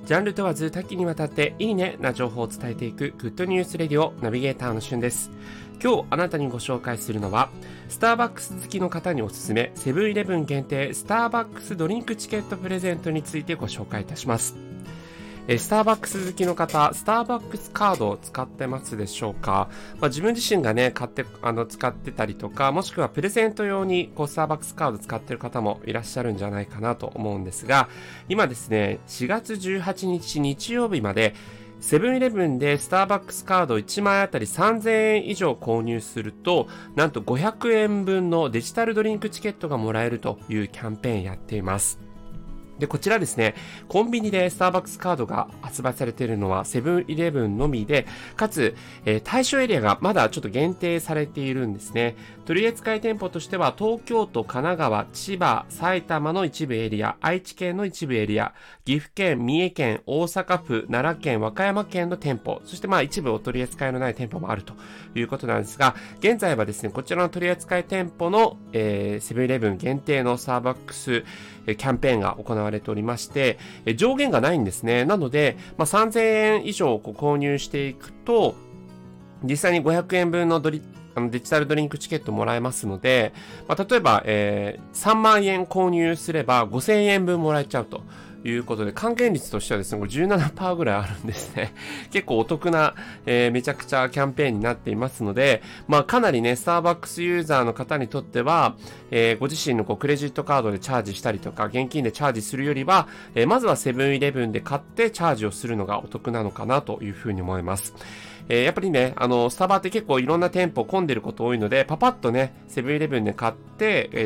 ジャンル問わず多岐にわたっていいねな情報を伝えていくグッドニュースレディオナビゲーターのしゅんです。今日あなたにご紹介するのは、スターバックス好きの方におすすめセブンイレブン限定スターバックスドリンクチケットプレゼントについてご紹介いたします。スターバックス好きの方、スターバックスカードを使ってますでしょうか？自分自身がね、使ってたりとか、もしくはプレゼント用にスターバックスカード使ってる方もいらっしゃるんじゃないかなと思うんですが、今ですね、4月18日日曜日まで、セブンイレブンでスターバックスカード1枚あたり3000円以上購入すると、なんと500円分のデジタルドリンクチケットがもらえるというキャンペーンやっています。で、こちらですね、コンビニでスターバックスカードが発売されているのはセブンイレブンのみで、かつ、対象エリアがまだちょっと限定されているんですね。取扱店舗としては東京都、神奈川、千葉、埼玉の一部エリア、愛知県の一部エリア、岐阜県、三重県、大阪府、奈良県、和歌山県の店舗、そして一部お取り扱いのない店舗もあるということなんですが、現在はですね、こちらの取り扱い店舗の、セブンイレブン限定のスターバックスキャンペーンが行われておりまして、上限がないんですね。なので、3000円以上購入していくと、実際に500円分のデジタルドリンクチケットもらえますので、例えば、3万円購入すれば5000円分もらえちゃうということで、還元率としてはですね、これ 17% ぐらいあるんですね。結構お得な、めちゃくちゃキャンペーンになっていますので、かなりね、スターバックスユーザーの方にとっては、ご自身のクレジットカードでチャージしたりとか、現金でチャージするよりは、まずはセブンイレブンで買ってチャージをするのがお得なのかなというふうに思います。やっぱりね、スタバって結構いろんな店舗混んでること多いので、パパッとね、セブンイレブンで買って、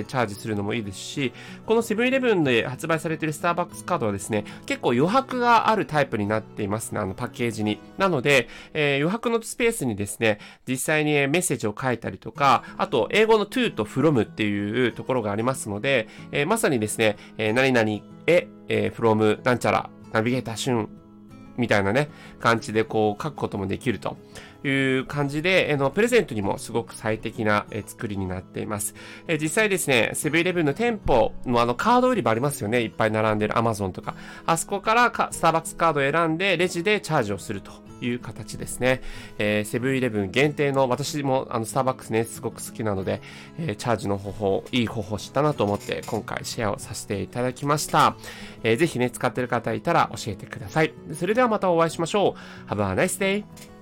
チャージするのもいいですし、このセブンイレブンで発売されているスターバックスカードはですね、結構余白があるタイプになっていますね、パッケージに。なので、余白のスペースにですね、実際にメッセージを書いたりとか、あと、英語の to と from っていうところがありますので、まさにですね、何々へ、from なんちゃら、ナビゲーター旬、みたいなね、感じで書くこともできるという感じで、プレゼントにもすごく最適な作りになっています。実際ですね、セブンイレブンの店舗のカード売り場ありますよね。いっぱい並んでる Amazon とか。あそこからスターバックスカードを選んで、レジでチャージをするという形ですね。セブンイレブン限定の、私もスターバックスね、すごく好きなので、チャージの方法、いい方法を知ったなと思って、今回シェアをさせていただきました。ぜひね、使ってる方いたら教えてください。それではまたお会いしましょう。Have a nice day!